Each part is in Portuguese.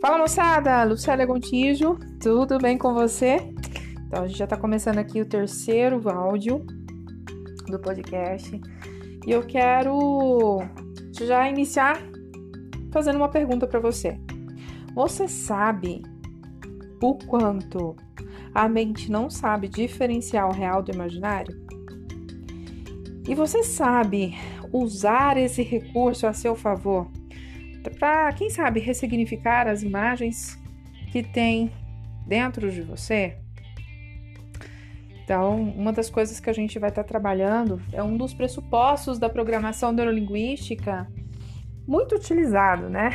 Fala moçada, Lucélia Gontijo, tudo bem com você? Então a gente já está começando aqui o terceiro áudio do podcast e eu quero já iniciar fazendo uma pergunta para você. Você sabe o quanto a mente não sabe diferenciar o real do imaginário? E você sabe usar esse recurso a seu favor para, quem sabe, ressignificar as imagens que tem dentro de você? Então, uma das coisas que a gente vai estar trabalhando é um dos pressupostos da programação neurolinguística muito utilizado, né?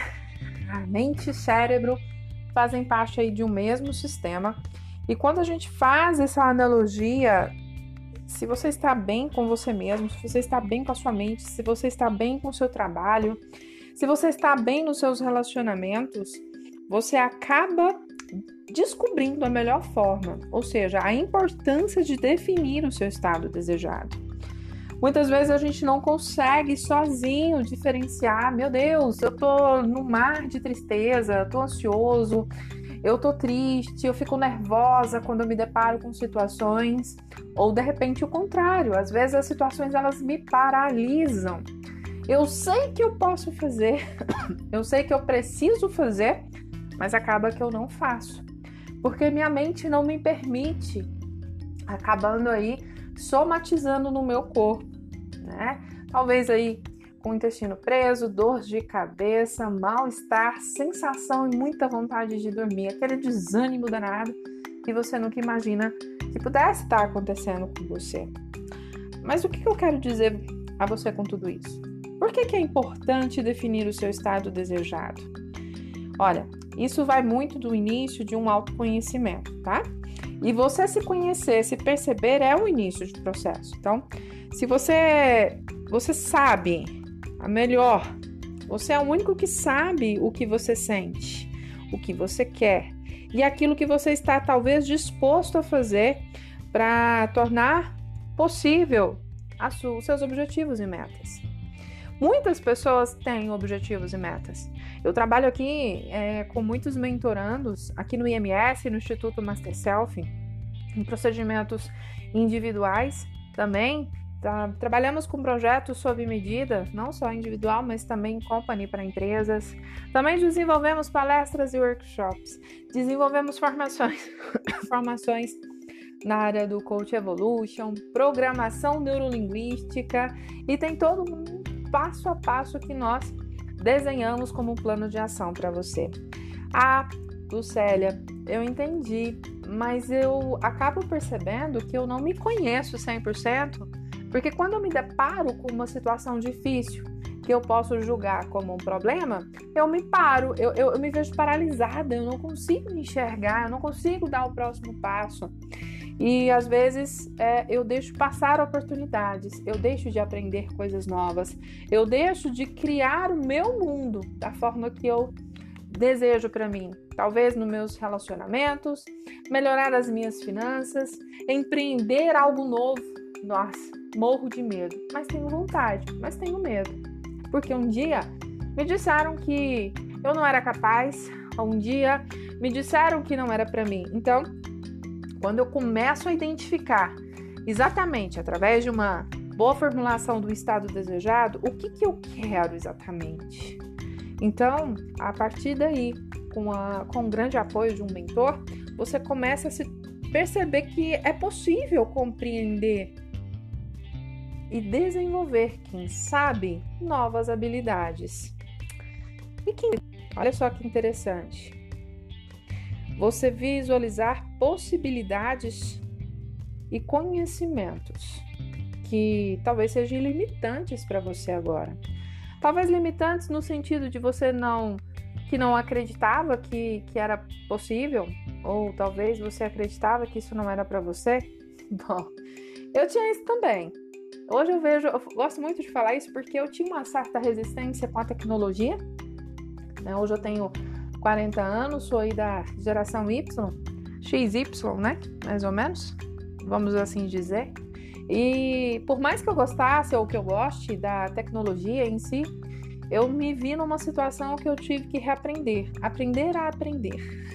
A mente e cérebro fazem parte aí de um mesmo sistema. E quando a gente faz essa analogia, se você está bem com você mesmo, se você está bem com a sua mente, se você está bem com o seu trabalho, se você está bem nos seus relacionamentos, você acaba descobrindo a melhor forma, ou seja, a importância de definir o seu estado desejado. Muitas vezes a gente não consegue sozinho diferenciar, meu Deus, eu tô no mar de tristeza, tô ansioso, eu tô triste, eu fico nervosa quando eu me deparo com situações, ou de repente o contrário, às vezes as situações elas me paralisam. Eu sei que eu posso fazer, eu sei que eu preciso fazer, mas acaba que eu não faço, porque minha mente não me permite, acabando aí somatizando no meu corpo, né? Talvez aí com o intestino preso, dor de cabeça, mal-estar, sensação e muita vontade de dormir, aquele desânimo danado que você nunca imagina que pudesse estar acontecendo com você. Mas o que eu quero dizer a você com tudo isso? Por que é importante definir o seu estado desejado? Olha, isso vai muito do início de um autoconhecimento, tá? E você se conhecer, se perceber é o início do processo. Então, se você sabe a melhor, você é o único que sabe o que você sente, o que você quer e aquilo que você está talvez disposto a fazer para tornar possível os seus objetivos e metas. Muitas pessoas têm objetivos e metas. Eu trabalho aqui com muitos mentorandos, aqui no IMS, no Instituto Master Self, em procedimentos individuais também. Trabalhamos com projetos sob medida, não só individual, mas também em company para empresas. Também desenvolvemos palestras e workshops. Desenvolvemos formações na área do Coach Evolution, programação neurolinguística e tem todo um passo a passo que nós desenhamos como um plano de ação para você. Lucélia, eu entendi, mas eu acabo percebendo que eu não me conheço 100%, porque quando eu me deparo com uma situação difícil, que eu posso julgar como um problema, eu me paro, eu me vejo paralisada, eu não consigo me enxergar, eu não consigo dar o próximo passo. E às vezes eu deixo passar oportunidades, eu deixo de aprender coisas novas, eu deixo de criar o meu mundo da forma que eu desejo para mim. Talvez nos meus relacionamentos, melhorar as minhas finanças, empreender algo novo. Nossa, morro de medo, mas tenho vontade, mas tenho medo. Porque um dia me disseram que eu não era capaz, um dia me disseram que não era para mim. Então, quando eu começo a identificar exatamente, através de uma boa formulação do estado desejado, o que eu quero exatamente. Então, a partir daí, com o grande apoio de um mentor, você começa a se perceber que é possível compreender e desenvolver, quem sabe, novas habilidades. Olha só que interessante. Você visualizar possibilidades e conhecimentos que talvez sejam limitantes para você agora. Talvez limitantes no sentido de você que não acreditava que era possível, ou talvez você acreditava que isso não era para você. Bom, eu tinha isso também. Hoje eu gosto muito de falar isso porque eu tinha uma certa resistência com a tecnologia. Hoje eu tenho 40 anos, sou aí da geração Y, XY, né? Mais ou menos, vamos assim dizer. E por mais que eu gostasse ou que eu goste da tecnologia em si, eu me vi numa situação que eu tive que reaprender, aprender a aprender.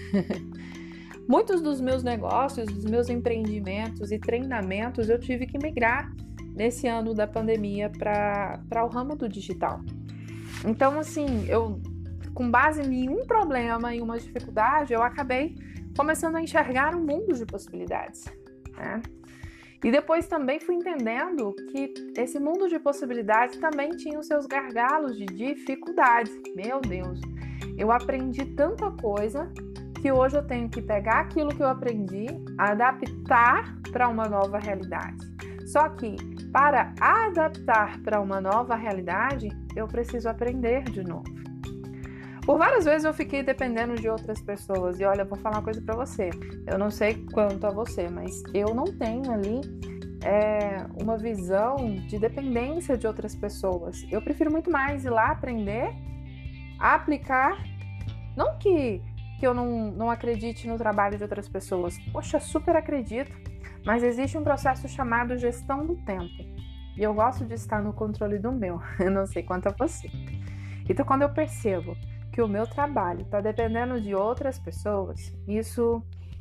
Muitos dos meus negócios, dos meus empreendimentos e treinamentos, eu tive que migrar nesse ano da pandemia para o ramo do digital. Então, assim, eu, com base em um problema e uma dificuldade, eu acabei começando a enxergar um mundo de possibilidades, né? E depois também fui entendendo que esse mundo de possibilidades também tinha os seus gargalos de dificuldades. Meu Deus, eu aprendi tanta coisa que hoje eu tenho que pegar aquilo que eu aprendi, adaptar para uma nova realidade. Só que para adaptar para uma nova realidade, eu preciso aprender de novo. Por várias vezes eu fiquei dependendo de outras pessoas. E olha, eu vou falar uma coisa pra você. Eu não sei quanto a você, mas eu não tenho ali uma visão de dependência de outras pessoas. Eu prefiro muito mais ir lá aprender, aplicar. Não que eu não acredite no trabalho de outras pessoas. Poxa, super acredito. Mas existe um processo chamado gestão do tempo. E eu gosto de estar no controle do meu. Eu não sei quanto a você. Então, quando eu percebo que o meu trabalho está dependendo de outras pessoas, isso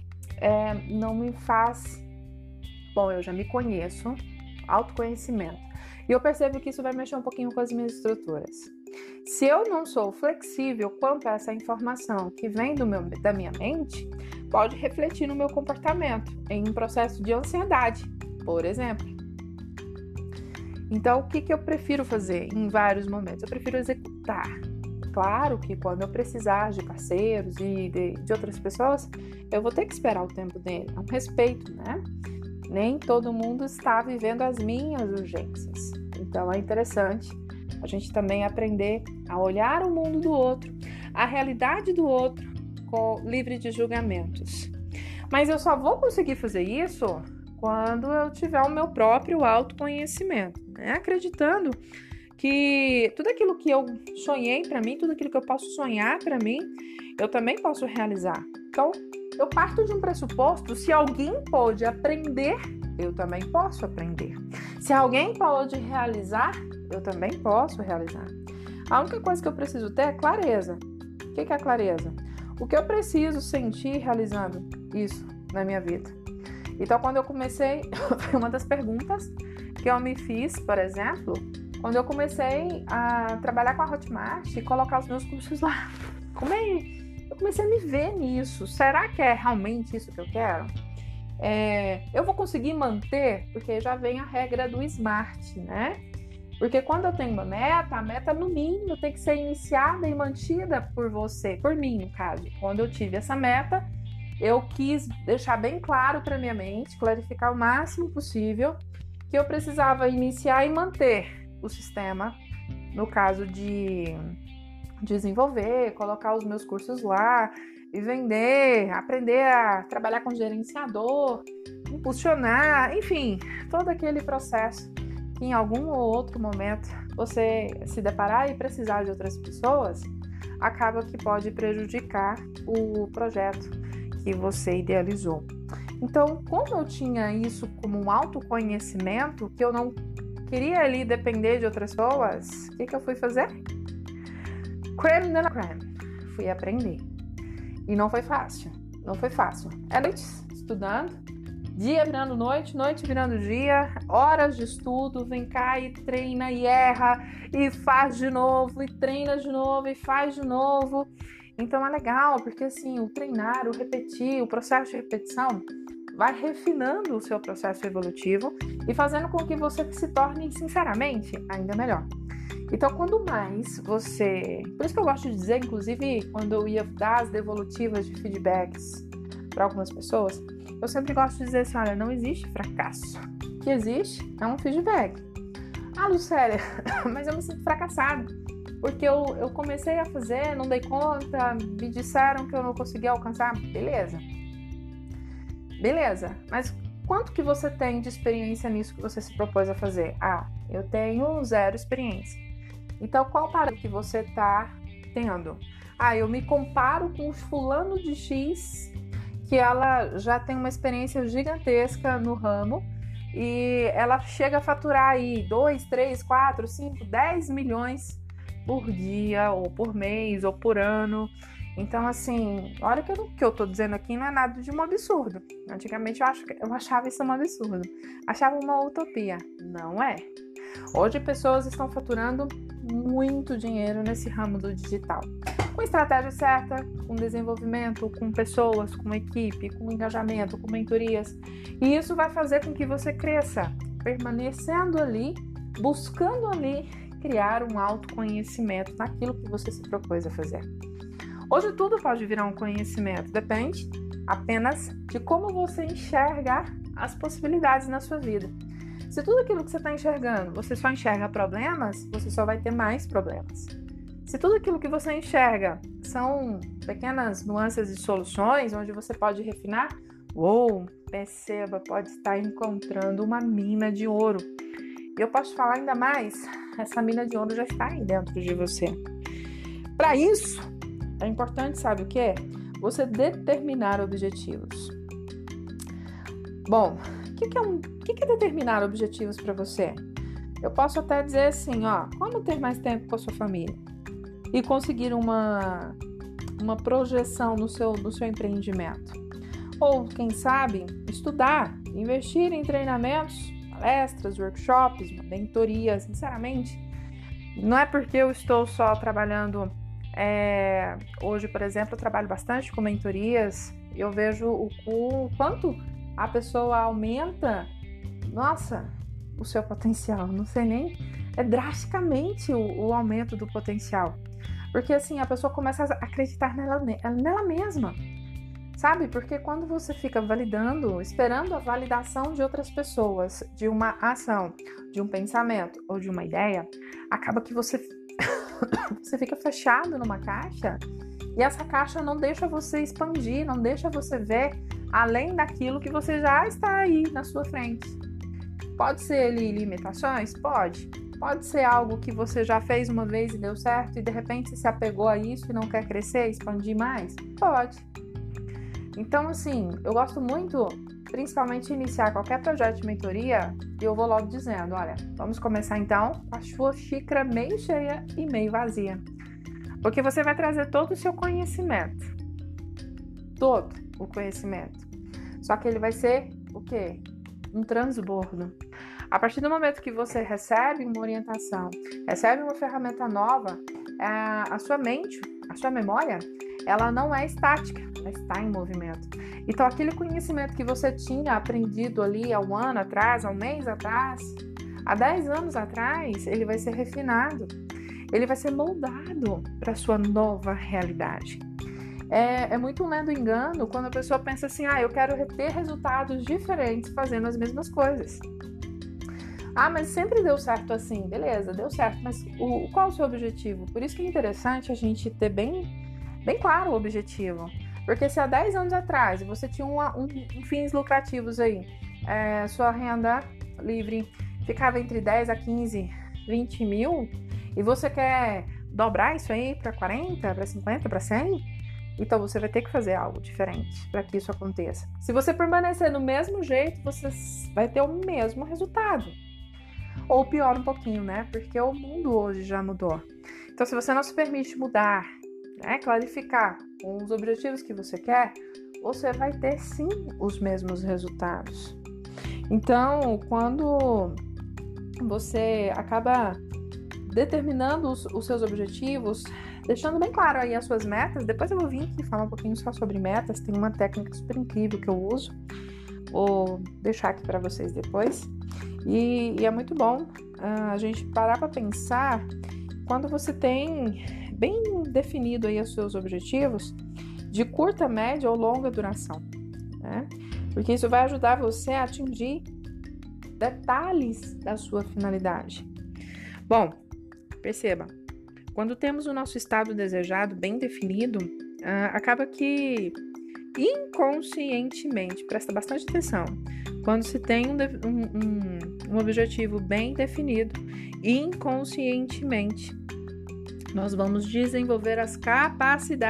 não me faz... Bom, eu já me conheço, autoconhecimento. E eu percebo que isso vai mexer um pouquinho com as minhas estruturas. Se eu não sou flexível quanto a essa informação que vem da minha mente, pode refletir no meu comportamento, em um processo de ansiedade, por exemplo. Então, o que eu prefiro fazer em vários momentos? Eu prefiro executar. Claro que quando eu precisar de parceiros e de outras pessoas, eu vou ter que esperar o tempo dele. É um respeito, né? Nem todo mundo está vivendo as minhas urgências. Então é interessante a gente também aprender a olhar o mundo do outro, a realidade do outro, livre de julgamentos. Mas eu só vou conseguir fazer isso quando eu tiver o meu próprio autoconhecimento, né? Acreditando que tudo aquilo que eu sonhei para mim, tudo aquilo que eu posso sonhar para mim, eu também posso realizar. Então, eu parto de um pressuposto: se alguém pode aprender, eu também posso aprender. Se alguém pode realizar, eu também posso realizar. A única coisa que eu preciso ter é clareza. O que é clareza? O que eu preciso sentir realizando isso na minha vida. Então, quando eu comecei, foi uma das perguntas que eu me fiz, por exemplo, quando eu comecei a trabalhar com a Hotmart e colocar os meus cursos lá. Eu comecei a me ver nisso. Será que é realmente isso que eu quero? Eu vou conseguir manter? Porque já vem a regra do SMART, né? Porque quando eu tenho uma meta, a meta no mínimo tem que ser iniciada e mantida por você, por mim no caso. Quando eu tive essa meta, eu quis deixar bem claro para minha mente, clarificar o máximo possível, que eu precisava iniciar e manter o sistema, no caso de desenvolver, colocar os meus cursos lá e vender, aprender a trabalhar com gerenciador, impulsionar, enfim, todo aquele processo que em algum ou outro momento você se deparar e precisar de outras pessoas, acaba que pode prejudicar o projeto que você idealizou. Então, como eu tinha isso como um autoconhecimento, que eu não queria ali depender de outras pessoas, o que eu fui fazer? Creme de la creme. Fui aprender. E não foi fácil. Não foi fácil. É noite estudando, dia virando noite, noite virando dia, horas de estudo, vem cá e treina e erra, e faz de novo, e treina de novo, e faz de novo. Então é legal, porque assim, o treinar, o repetir, o processo de repetição vai refinando o seu processo evolutivo e fazendo com que você se torne, sinceramente, ainda melhor. Então, quando mais você... Por isso que eu gosto de dizer, inclusive, quando eu ia dar as devolutivas de feedbacks para algumas pessoas, eu sempre gosto de dizer assim, olha, não existe fracasso. O que existe é um feedback. Ah, Lucélia, mas eu me sinto fracassada, porque eu comecei a fazer, não dei conta, me disseram que eu não conseguia alcançar. Beleza, mas quanto que você tem de experiência nisso que você se propôs a fazer? Ah, eu tenho 0 experiência. Então, qual parâmetro que você está tendo? Ah, eu me comparo com o fulano de X, que ela já tem uma experiência gigantesca no ramo e ela chega a faturar aí 2, 3, 4, 5, 10 milhões por dia, ou por mês, ou por ano. Então, assim, olha que o que eu tô dizendo aqui não é nada de um absurdo. Antigamente eu achava isso um absurdo. Achava uma utopia. Não é. Hoje pessoas estão faturando muito dinheiro nesse ramo do digital. Com estratégia certa, com desenvolvimento, com pessoas, com equipe, com engajamento, com mentorias. E isso vai fazer com que você cresça, permanecendo ali, buscando ali criar um autoconhecimento naquilo que você se propôs a fazer. Hoje tudo pode virar um conhecimento, depende apenas de como você enxerga as possibilidades na sua vida. Se tudo aquilo que você está enxergando, você só enxerga problemas, você só vai ter mais problemas. Se tudo aquilo que você enxerga são pequenas nuances e soluções, onde você pode refinar, perceba, pode estar encontrando uma mina de ouro. E eu posso falar ainda mais, essa mina de ouro já está aí dentro de você. Para isso, é importante, sabe o quê? Você determinar objetivos. Bom, o que é determinar objetivos para você? Eu posso até dizer assim, como ter mais tempo com a sua família e conseguir uma projeção no seu empreendimento. Ou, quem sabe, estudar, investir em treinamentos, palestras, workshops, uma mentoria. Sinceramente, não é porque eu estou só trabalhando... Hoje, por exemplo, eu trabalho bastante com mentorias. Eu vejo o quanto a pessoa aumenta, o seu potencial. Não sei nem, é drasticamente o aumento do potencial. Porque assim, a pessoa começa a acreditar nela mesma, sabe? Porque quando você fica validando, esperando a validação de outras pessoas, de uma ação, de um pensamento ou de uma ideia, acaba que você fica fechado numa caixa e essa caixa não deixa você expandir, não deixa você ver além daquilo que você já está aí na sua frente. Pode ser ali limitações? Pode. Pode ser algo que você já fez uma vez e deu certo e de repente você se apegou a isso e não quer crescer, expandir mais? Pode. Então, assim, eu gosto muito, principalmente iniciar qualquer projeto de mentoria, e eu vou logo dizendo, olha, vamos começar então com a sua xícara meio cheia e meio vazia. Porque você vai trazer todo o seu conhecimento. Todo o conhecimento. Só que ele vai ser o quê? Um transbordo. A partir do momento que você recebe uma orientação, recebe uma ferramenta nova, a sua mente, a sua memória, ela não é estática, ela está em movimento. Então, aquele conhecimento que você tinha aprendido ali há um ano atrás, há um mês atrás, há 10 anos atrás, ele vai ser refinado, ele vai ser moldado para a sua nova realidade. É muito um lendo engano quando a pessoa pensa assim, eu quero ter resultados diferentes fazendo as mesmas coisas. Mas sempre deu certo assim, beleza, deu certo, mas qual é o seu objetivo? Por isso que é interessante a gente ter bem claro o objetivo, porque se há 10 anos atrás você tinha fins lucrativos aí, sua renda livre ficava entre 10 a 15, 20 mil, e você quer dobrar isso aí para 40, para 50, para 100, então você vai ter que fazer algo diferente para que isso aconteça. Se você permanecer do mesmo jeito, você vai ter o mesmo resultado. Ou pior um pouquinho, né? Porque o mundo hoje já mudou. Então, se você não se permite mudar, clarificar com os objetivos que você quer, você vai ter sim os mesmos resultados. Então, quando você acaba determinando os seus objetivos, deixando bem claro aí as suas metas, depois eu vou vir aqui falar um pouquinho só sobre metas, tem uma técnica super incrível que eu uso, vou deixar aqui para vocês depois. E é muito bom a gente parar para pensar quando você tem bem definido aí os seus objetivos de curta, média ou longa duração, né? Porque isso vai ajudar você a atingir detalhes da sua finalidade. Bom, perceba, quando temos o nosso estado desejado bem definido, acaba que inconscientemente, presta bastante atenção, quando se tem um objetivo bem definido, inconscientemente, nós vamos desenvolver as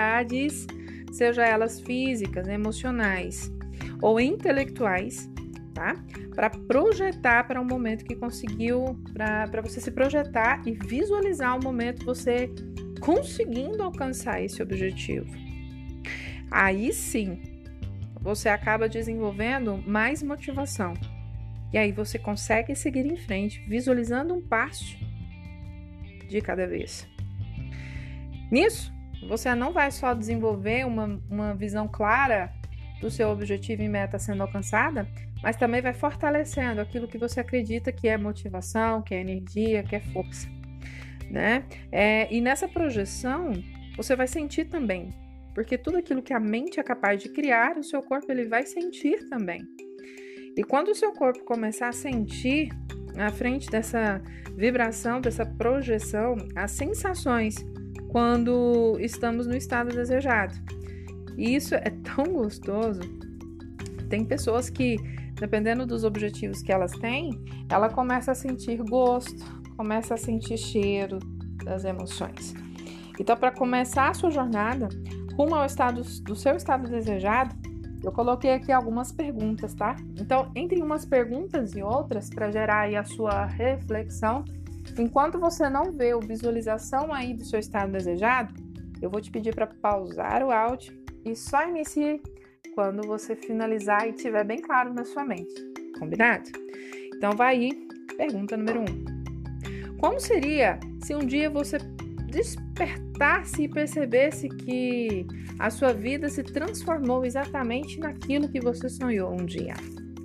capacidades, seja elas físicas, emocionais ou intelectuais, tá? Para projetar para um momento que conseguiu, para você se projetar e visualizar o momento você conseguindo alcançar esse objetivo. Aí sim, você acaba desenvolvendo mais motivação. E aí você consegue seguir em frente, visualizando um passo de cada vez. Nisso, você não vai só desenvolver uma visão clara do seu objetivo e meta sendo alcançada, mas também vai fortalecendo aquilo que você acredita que é motivação, que é energia, que é força, né? E nessa projeção, você vai sentir também, porque tudo aquilo que a mente é capaz de criar, o seu corpo ele vai sentir também. E quando o seu corpo começar a sentir, à frente dessa vibração, dessa projeção, as sensações quando estamos no estado desejado. E isso é tão gostoso. Tem pessoas que, dependendo dos objetivos que elas têm, ela começa a sentir gosto, começa a sentir cheiro das emoções. Então, para começar a sua jornada rumo ao estado do seu estado desejado, eu coloquei aqui algumas perguntas, tá? Então, entre umas perguntas e outras, para gerar aí a sua reflexão, enquanto você não vê a visualização aí do seu estado desejado, eu vou te pedir para pausar o áudio e só inicie quando você finalizar e estiver bem claro na sua mente. Combinado? Então, vai aí, pergunta número 1. Como seria se um dia você despertasse e percebesse que a sua vida se transformou exatamente naquilo que você sonhou um dia?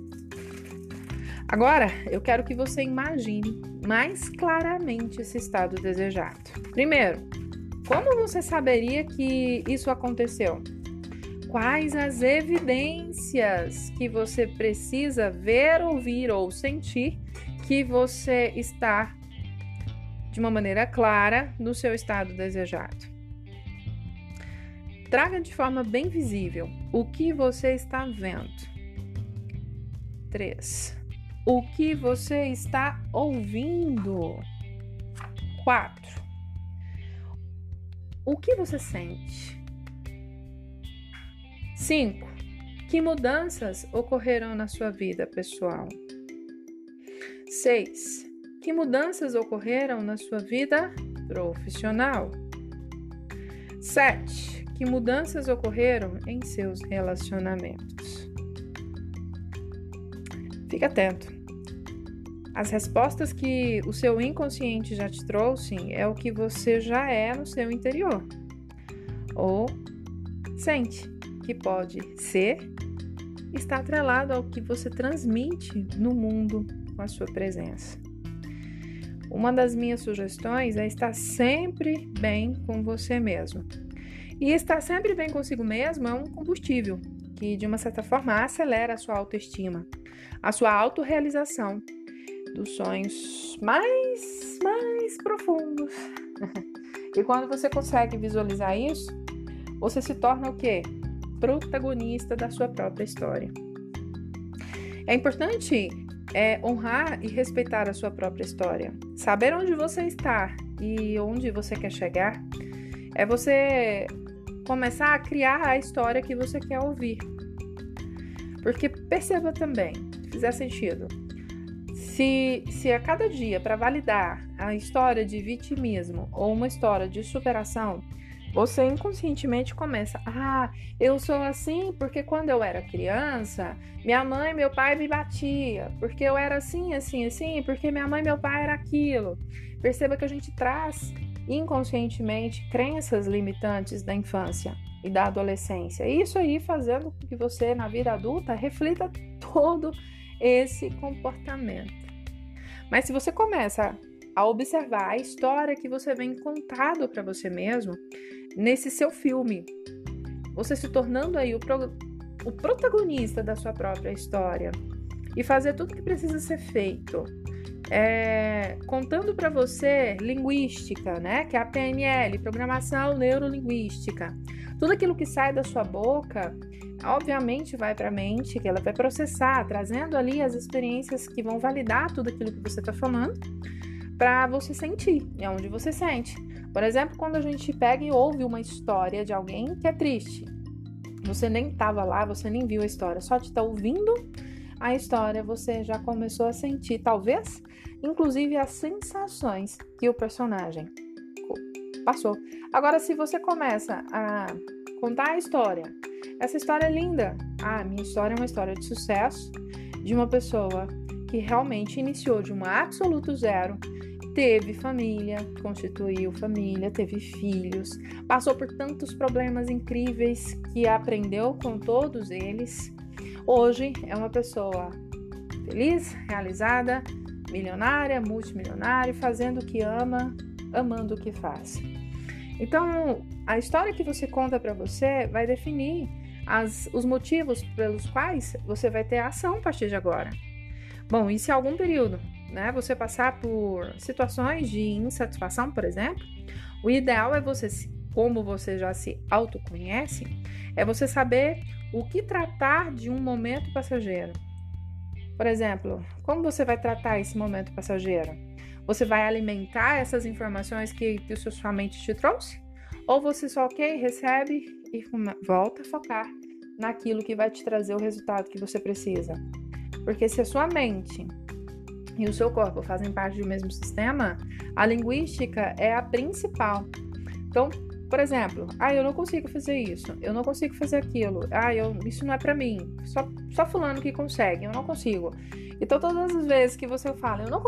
Agora, eu quero que você imagine mais claramente esse estado desejado. Primeiro, como você saberia que isso aconteceu? Quais as evidências que você precisa ver, ouvir ou sentir que você está de uma maneira clara no seu estado desejado? Traga de forma bem visível o que você está vendo. 3. O que você está ouvindo. 4. O que você sente. 5. Que mudanças ocorreram na sua vida pessoal? 6. Que mudanças ocorreram na sua vida profissional? 7. Que mudanças ocorreram em seus relacionamentos? Fique atento. As respostas que o seu inconsciente já te trouxe é o que você já é no seu interior. Ou sente que pode ser, está atrelado ao que você transmite no mundo com a sua presença. Uma das minhas sugestões é estar sempre bem com você mesmo. E estar sempre bem consigo mesmo é um combustível que, de uma certa forma, acelera a sua autoestima, a sua autorrealização dos sonhos mais profundos. E quando você consegue visualizar isso, você se torna o quê? Protagonista da sua própria história. É importante honrar e respeitar a sua própria história. Saber onde você está e onde você quer chegar é você começar a criar a história que você quer ouvir. Porque perceba também, se fizer sentido, se a cada dia, para validar a história de vitimismo ou uma história de superação, você inconscientemente começa, eu sou assim porque quando eu era criança, minha mãe e meu pai me batia, porque eu era assim, porque minha mãe e meu pai era aquilo. Perceba que a gente traz inconscientemente crenças limitantes da infância e da adolescência. Isso aí fazendo com que você, na vida adulta, reflita todo esse comportamento. Mas se você começa a observar a história que você vem contado para você mesmo, nesse seu filme, você se tornando aí o protagonista da sua própria história e fazer tudo que precisa ser feito, contando para você linguística, né? Que é a PNL, Programação Neurolinguística. Tudo aquilo que sai da sua boca, obviamente vai para a mente, que ela vai processar, trazendo ali as experiências que vão validar tudo aquilo que você está falando, para você sentir, é onde você sente. Por exemplo, quando a gente pega e ouve uma história de alguém que é triste, você nem estava lá, você nem viu a história, só te está ouvindo a história você já começou a sentir, talvez, inclusive as sensações que o personagem passou. Agora, se você começa a contar a história, essa história é linda. Minha história é uma história de sucesso, de uma pessoa que realmente iniciou de um absoluto zero, teve família, constituiu família, teve filhos, passou por tantos problemas incríveis que aprendeu com todos eles. Hoje é uma pessoa feliz, realizada, milionária, multimilionária, fazendo o que ama, amando o que faz. Então, a história que você conta para você vai definir os motivos pelos quais você vai ter ação a partir de agora. Bom, e se algum período, você passar por situações de insatisfação, por exemplo, o ideal é você, como você já se autoconhece, é você saber o que tratar de um momento passageiro. Por exemplo, como você vai tratar esse momento passageiro? Você vai alimentar essas informações que sua mente te trouxe? Ou você só recebe e volta a focar naquilo que vai te trazer o resultado que você precisa? Porque se a sua mente e o seu corpo fazem parte do mesmo sistema, a linguística é a principal. Então, por exemplo, eu não consigo fazer isso, eu não consigo fazer aquilo, isso não é pra mim, só fulano que consegue, eu não consigo. Então, todas as vezes que você fala, eu não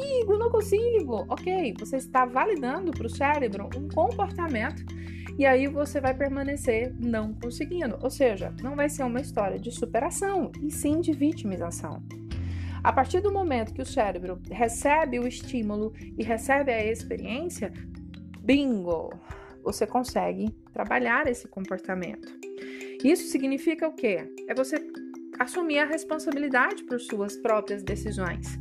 consigo, ok, você está validando para o cérebro um comportamento e aí você vai permanecer não conseguindo. Ou seja, não vai ser uma história de superação, e sim de vitimização. A partir do momento que o cérebro recebe o estímulo e recebe a experiência, bingo, você consegue trabalhar esse comportamento. Isso significa o quê? É você assumir a responsabilidade por suas próprias decisões.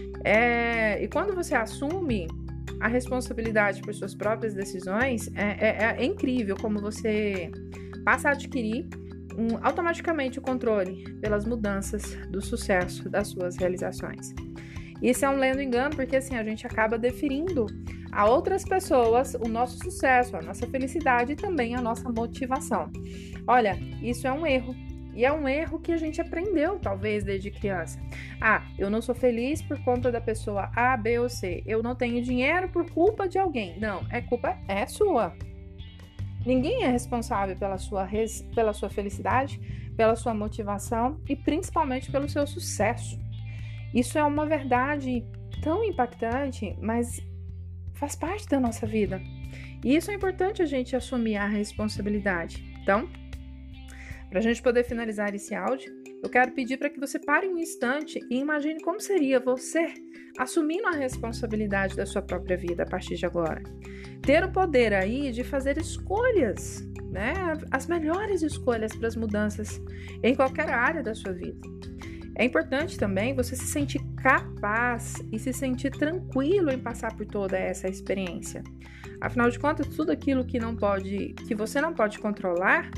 E quando você assume a responsabilidade por suas próprias decisões, é incrível como você passa a adquirir automaticamente o controle pelas mudanças do sucesso das suas realizações. Isso é um lendo engano, porque assim, a gente acaba deferindo a outras pessoas o nosso sucesso, a nossa felicidade e também a nossa motivação. Olha, isso é um erro. E é um erro que a gente aprendeu, talvez, desde criança. Eu não sou feliz por conta da pessoa A, B ou C. Eu não tenho dinheiro por culpa de alguém. Não, culpa é sua. Ninguém é responsável pela sua felicidade, pela sua motivação e principalmente pelo seu sucesso. Isso é uma verdade tão impactante, mas faz parte da nossa vida. E isso é importante a gente assumir a responsabilidade. Então, para a gente poder finalizar esse áudio, eu quero pedir para que você pare um instante e imagine como seria você assumindo a responsabilidade da sua própria vida a partir de agora. Ter o poder aí de fazer escolhas, as melhores escolhas para as mudanças em qualquer área da sua vida. É importante também você se sentir capaz e se sentir tranquilo em passar por toda essa experiência. Afinal de contas, tudo aquilo que você não pode controlar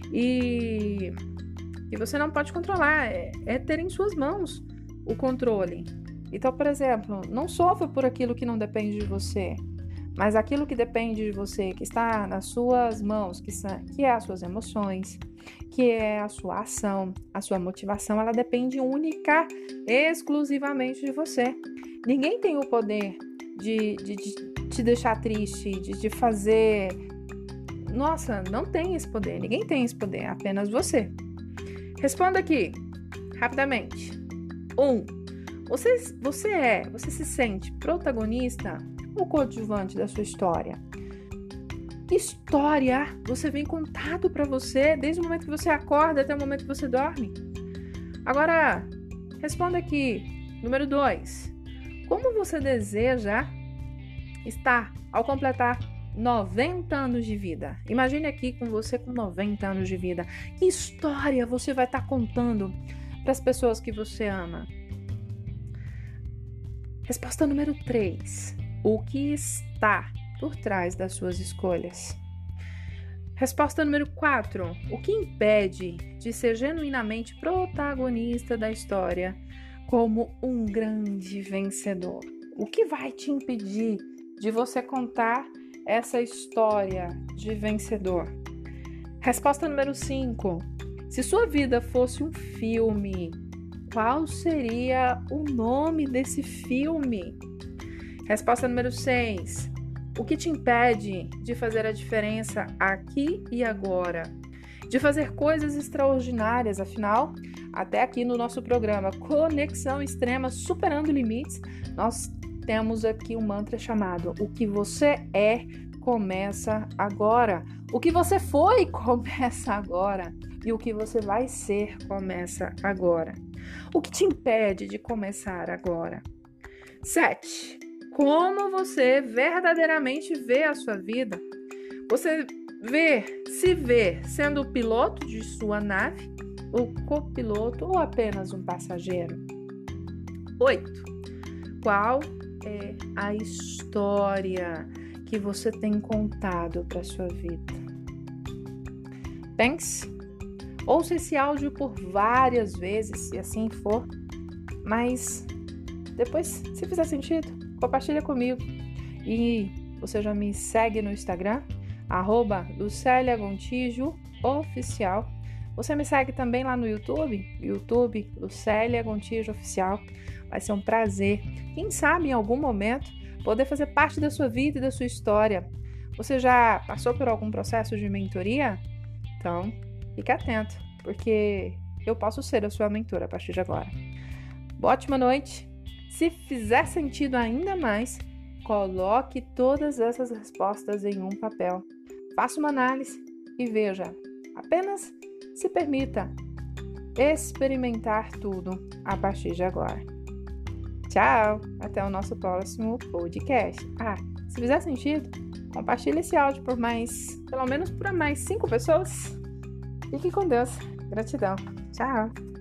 e você não pode controlar, é ter em suas mãos o controle. Então, por exemplo, não sofra por aquilo que não depende de você, mas aquilo que depende de você, que está nas suas mãos, que é as suas emoções, que é a sua ação, a sua motivação, ela depende única, exclusivamente de você. Ninguém tem o poder de te deixar triste, de te fazer... Nossa, não tem esse poder, ninguém tem esse poder, apenas você. Responda aqui, rapidamente. 1. Você se sente protagonista ou coadjuvante da sua história? Que história você vem contado para você desde o momento que você acorda até o momento que você dorme? Agora, responda aqui. Número 2. Como você deseja estar ao completar 90 anos de vida? Imagine aqui com você com 90 anos de vida. Que história você vai estar contando para as pessoas que você ama? Resposta número 3. O que está por trás das suas escolhas? Resposta número 4. O que impede de ser genuinamente protagonista da história como um grande vencedor? O que vai te impedir de você contar essa história de vencedor? Resposta número 5. Se sua vida fosse um filme, qual seria o nome desse filme? Resposta número 6. O que te impede de fazer a diferença aqui e agora? De fazer coisas extraordinárias, afinal, até aqui no nosso programa Conexão Extrema Superando Limites, nós temos aqui um mantra chamado: o que você é, começa agora. O que você foi, começa agora. E o que você vai ser, começa agora. O que te impede de começar agora? 7. Como você verdadeiramente vê a sua vida? Você se vê sendo o piloto de sua nave, o copiloto ou apenas um passageiro? 8. Qual é a história que você tem contado para sua vida? Pense, ouça esse áudio por várias vezes, se assim for, mas depois, se fizer sentido, compartilha comigo. E você já me segue no Instagram, @LucéliaGontijo_oficial. Você me segue também lá no YouTube, Lucélia Gontijo Oficial. Vai ser um prazer, quem sabe em algum momento, poder fazer parte da sua vida e da sua história. Você já passou por algum processo de mentoria? Então, fique atento, porque eu posso ser a sua mentora a partir de agora. Boa ótima noite. Se fizer sentido ainda mais, coloque todas essas respostas em um papel. Faça uma análise e veja. Apenas se permita experimentar tudo a partir de agora. Tchau! Até o nosso próximo podcast. Se fizer sentido, compartilhe esse áudio pelo menos por mais 5 pessoas. Fique com Deus. Gratidão. Tchau!